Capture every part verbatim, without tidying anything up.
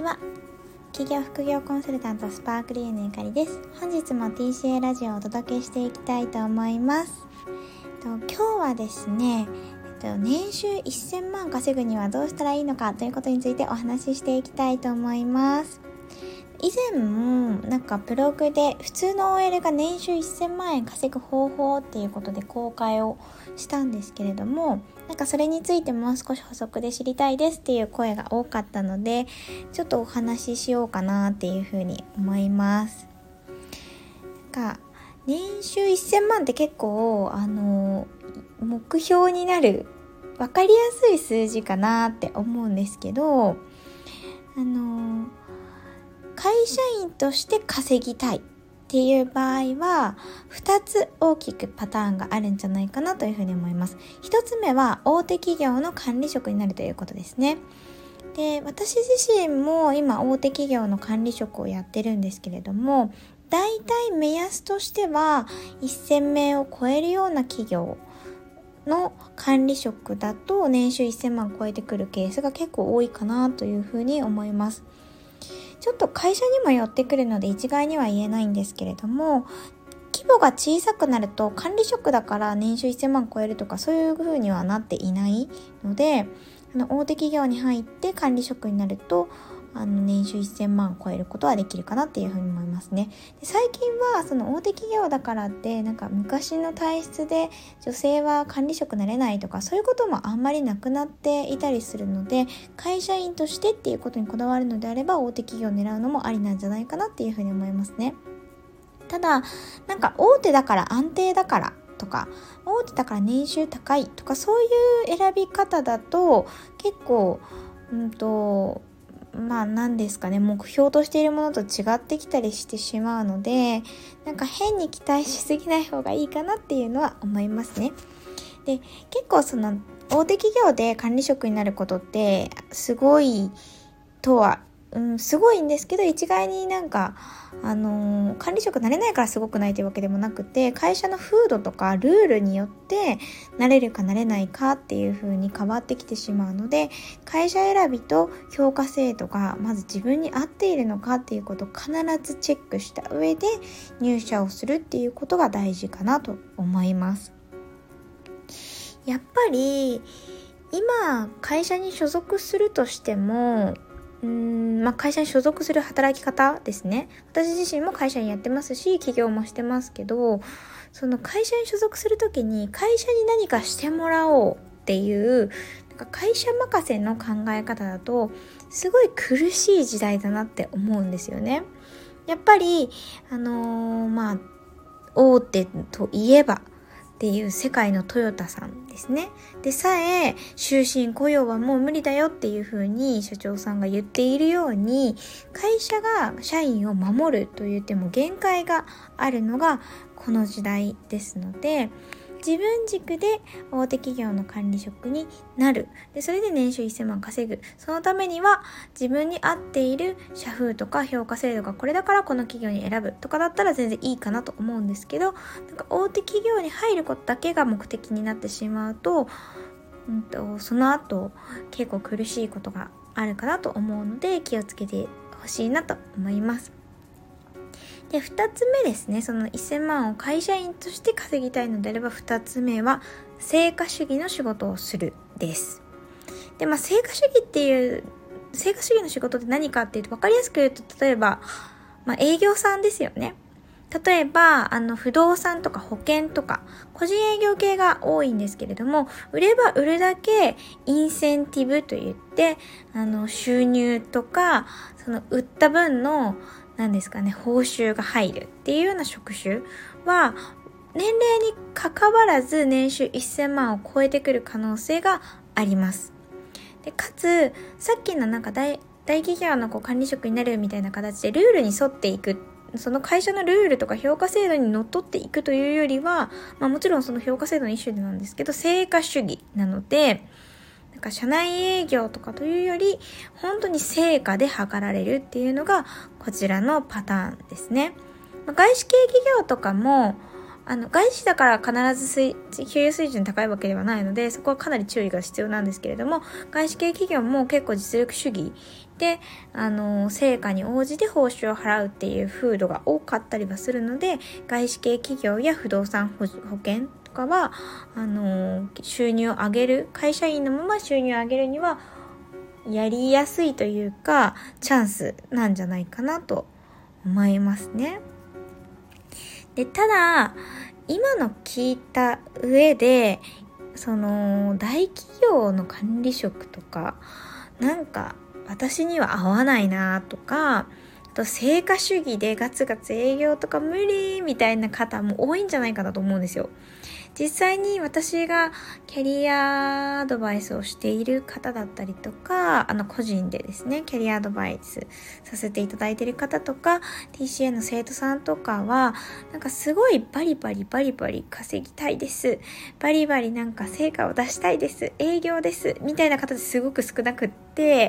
は。企業副業コンサルタントスパークリーのゆかりです。本日も ティーシーエー ラジオをお届けしていきたいと思います。と今日はですね、えっと、年収せんまん稼ぐにはどうしたらいいのかということについてお話ししていきたいと思います。以前もなんかブログで普通の オーエル が年収せんまんえん稼ぐ方法っていうことで公開をしたんですけれども、なんかそれについてもう少し補足で知りたいですっていう声が多かったので、ちょっとお話ししようかなっていうふうに思います。なんか年収せんまんって結構あの目標になる分かりやすい数字かなって思うんですけど、あの会社員として稼ぎたいっていう場合はふたつ大きくパターンがあるんじゃないかなというふうに思います。ひとつめは大手企業の管理職になるということですね。で、私自身も今大手企業の管理職をやってるんですけれども、だいたい目安としてはせんめいを超えるような企業の管理職だと年収せんまん超えてくるケースが結構多いかなというふうに思います。ちょっと会社にもよってくるので一概には言えないんですけれども、規模が小さくなると管理職だから年収せんまん超えるとかそういう風にはなっていないので、あの大手企業に入って管理職になるとあの年収せんまん超えることはできるかなっていうふうに思いますね。で、最近はその大手企業だからってなんか昔の体質で女性は管理職なれないとかそういうこともあんまりなくなっていたりするので、会社員としてっていうことにこだわるのであれば大手企業を狙うのもありなんじゃないかなっていうふうに思いますね。ただなんか大手だから安定だからとか大手だから年収高いとかそういう選び方だと結構うんとまあ何ですかね、目標としているものと違ってきたりしてしまうので、なんか変に期待しすぎない方がいいかなっていうのは思いますね。で、結構その大手企業で管理職になることってすごいとは、うん、すごいんですけど、一概になんかあのー、管理職なれないからすごくないというわけでもなくて、会社の風土とかルールによってなれるかなれないかっていう風に変わってきてしまうので、会社選びと評価制度がまず自分に合っているのかっていうことを必ずチェックした上で入社をするっていうことが大事かなと思います。やっぱり今会社に所属するとしてもうーんまあ、会社に所属する働き方ですね。私自身も会社にやってますし起業もしてますけど、その会社に所属するときに会社に何かしてもらおうっていうなんか会社任せの考え方だとすごい苦しい時代だなって思うんですよね。やっぱりあのー、まあ大手といえばっていう世界のトヨタさんですね。でさえ終身雇用はもう無理だよっていう風に社長さんが言っているように、会社が社員を守ると言っても限界があるのがこの時代ですので、自分軸で大手企業の管理職になる。で、それで年収せんまん稼ぐ。そのためには自分に合っている社風とか評価制度がこれだからこの企業に選ぶとかだったら全然いいかなと思うんですけど、なんか大手企業に入ることだけが目的になってしまうと、うんと、その後結構苦しいことがあるかなと思うので気をつけてほしいなと思います。で、二つ目ですね。そのせんまんを会社員として稼ぎたいのであれば、二つ目は成果主義の仕事をするです。で、まあ成果主義っていう成果主義の仕事って何かっていうと、分かりやすく言うと、例えば、まあ、営業さんですよね。例えばあの不動産とか保険とか個人営業系が多いんですけれども、売れば売るだけインセンティブといってあの収入とかその売った分の何ですかね、報酬が入るっていうような職種は年齢に関わらず年収せんまんを超えてくる可能性があります。でかつさっきのなんか 大, 大企業のこう管理職になるみたいな形でルールに沿っていく、その会社のルールとか評価制度にのっとっていくというよりは、まあ、もちろんその評価制度の一種なんですけど成果主義なので、なんか社内営業とかというより本当に成果で測られるっていうのがこちらのパターンですね。まあ、外資系企業とかもあの外資だから必ず水給与水準高いわけではないので、そこはかなり注意が必要なんですけれども、外資系企業も結構実力主義で、あの成果に応じて報酬を払うっていう風土が多かったりはするので、外資系企業や不動産保険とかはあの収入を上げる、会社員のまま収入を上げるにはやりやすいというかチャンスなんじゃないかなと思いますね。でただ今の聞いた上で、その大企業の管理職とかなんか私には合わないなとか、あと成果主義でガツガツ営業とか無理みたいな方も多いんじゃないかなと思うんですよ。実際に私がキャリアアドバイスをしている方だったりとか、あの個人でですねキャリアアドバイスさせていただいている方とか ティーシーエー の生徒さんとかはなんかすごいバリバリバリバリ稼ぎたいです、バリバリなんか成果を出したいです、営業ですみたいな方ですごく少なくって、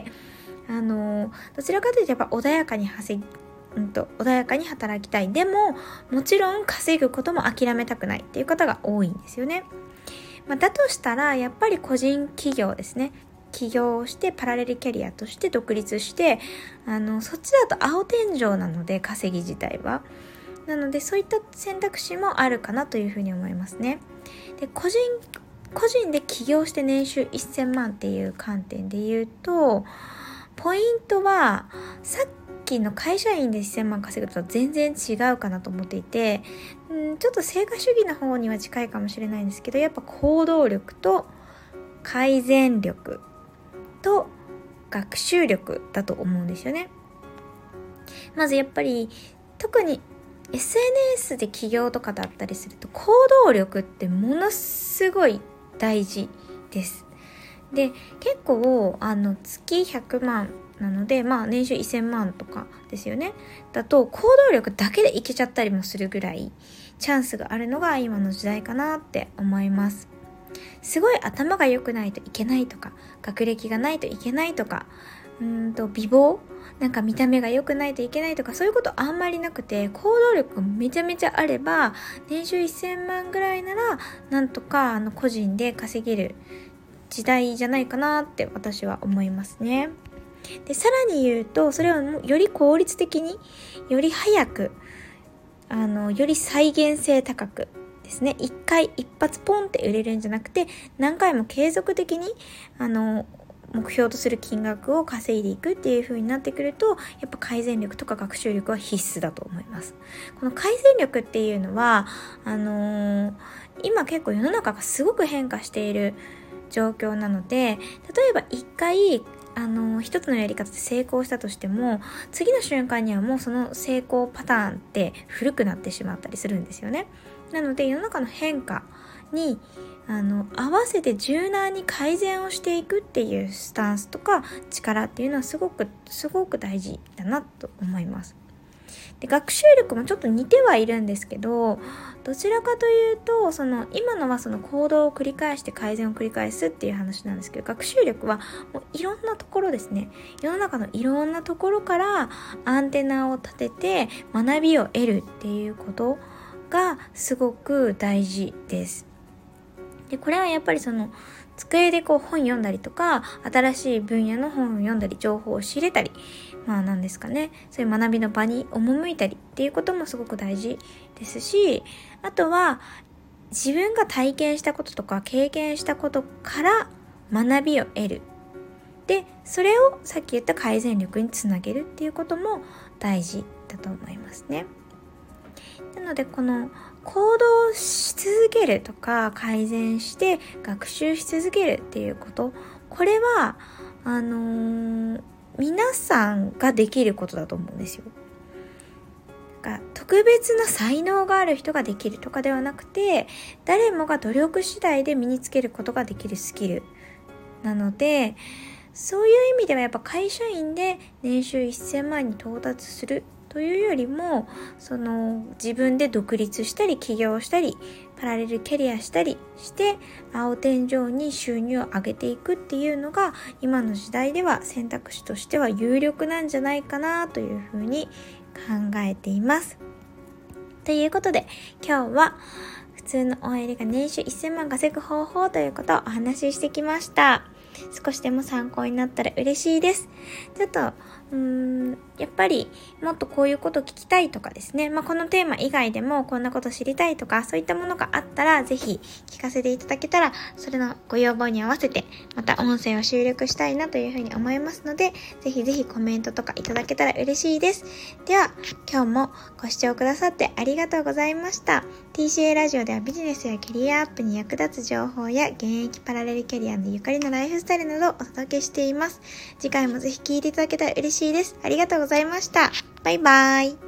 あのどちらかというとやっぱ穏やかに稼ぎうんと穏やかに働きたい、でももちろん稼ぐことも諦めたくないっていう方が多いんですよね。まあ、だとしたらやっぱり個人企業ですね、起業をしてパラレルキャリアとして独立して、あのそっちだと青天井なので稼ぎ自体は、なのでそういった選択肢もあるかなというふうに思いますね。で個人個人で起業して年収せんまんっていう観点で言うと、ポイントはさっきの会社員でせんまん稼ぐと全然違うかなと思っていて、んちょっと成果主義の方には近いかもしれないんですけど、やっぱ行動力と改善力と学習力だと思うんですよね。まずやっぱり特に エスエヌエス で起業とかだったりすると行動力ってものすごい大事です。で結構あの月ひゃくまんなので、まあ年収せんまんとかですよね。だと行動力だけでいけちゃったりもするぐらいチャンスがあるのが今の時代かなって思います。すごい頭が良くないといけないとか、学歴がないといけないとか、うーんと美貌なんか見た目が良くないといけないとか、そういうことあんまりなくて、行動力がめちゃめちゃあれば年収せんまんぐらいならなんとかあの個人で稼げる時代じゃないかなって私は思いますね。でさらに言うと、それをより効率的により早くあのより再現性高くですね、一回一発ポンって売れるんじゃなくて、何回も継続的にあの目標とする金額を稼いでいくっていう風になってくると、やっぱ改善力とか学習力は必須だと思います。この改善力っていうのはあのー、今結構世の中がすごく変化している状況なので、例えば一回あの一つのやり方で成功したとしても、次の瞬間にはもうその成功パターンって古くなってしまったりするんですよね。なので世の中の変化にあの合わせて柔軟に改善をしていくっていうスタンスとか力っていうのはすごくすごく大事だなと思います。で学習力もちょっと似てはいるんですけど、どちらかというとその今のはその行動を繰り返して改善を繰り返すっていう話なんですけど、学習力はもういろんなところですね、世の中のいろんなところからアンテナを立てて学びを得るっていうことがすごく大事です。でこれはやっぱりその机でこう本読んだりとか、新しい分野の本を読んだり、情報を仕入れたり、まあなんですかね、そういう学びの場に赴いたりっていうこともすごく大事ですし、あとは自分が体験したこととか経験したことから学びを得る。でそれをさっき言った改善力につなげるっていうことも大事だと思いますね。なのでこの行動し続けるとか改善して学習し続けるっていうこと、これはあのー、皆さんができることだと思うんですよ。が特別な才能がある人ができるとかではなくて、誰もが努力次第で身につけることができるスキルなので、そういう意味ではやっぱ会社員で年収せんまんに到達するというよりも、その自分で独立したり起業したりパラレルキャリアしたりして青天井に収入を上げていくっていうのが今の時代では選択肢としては有力なんじゃないかなというふうに考えています。 ということで、今日は普通の オーエル が年収せんまん稼ぐ方法ということをお話ししてきました。少しでも参考になったら嬉しいです。ちょっとうーんやっぱりもっとこういうこと聞きたいとかですね、まあ、このテーマ以外でもこんなこと知りたいとか、そういったものがあったらぜひ聞かせていただけたら、それのご要望に合わせてまた音声を収録したいなというふうに思いますので、ぜひぜひコメントとかいただけたら嬉しいです。では今日もご視聴くださってありがとうございました。 ティーシーエー ラジオではビジネスやキャリアアップに役立つ情報や現役パラレルキャリアのゆかりのライフスタイルなどをお届けしています。次回もぜひ聞いていただけたら嬉しいです。ありがとうございました。バイバイ。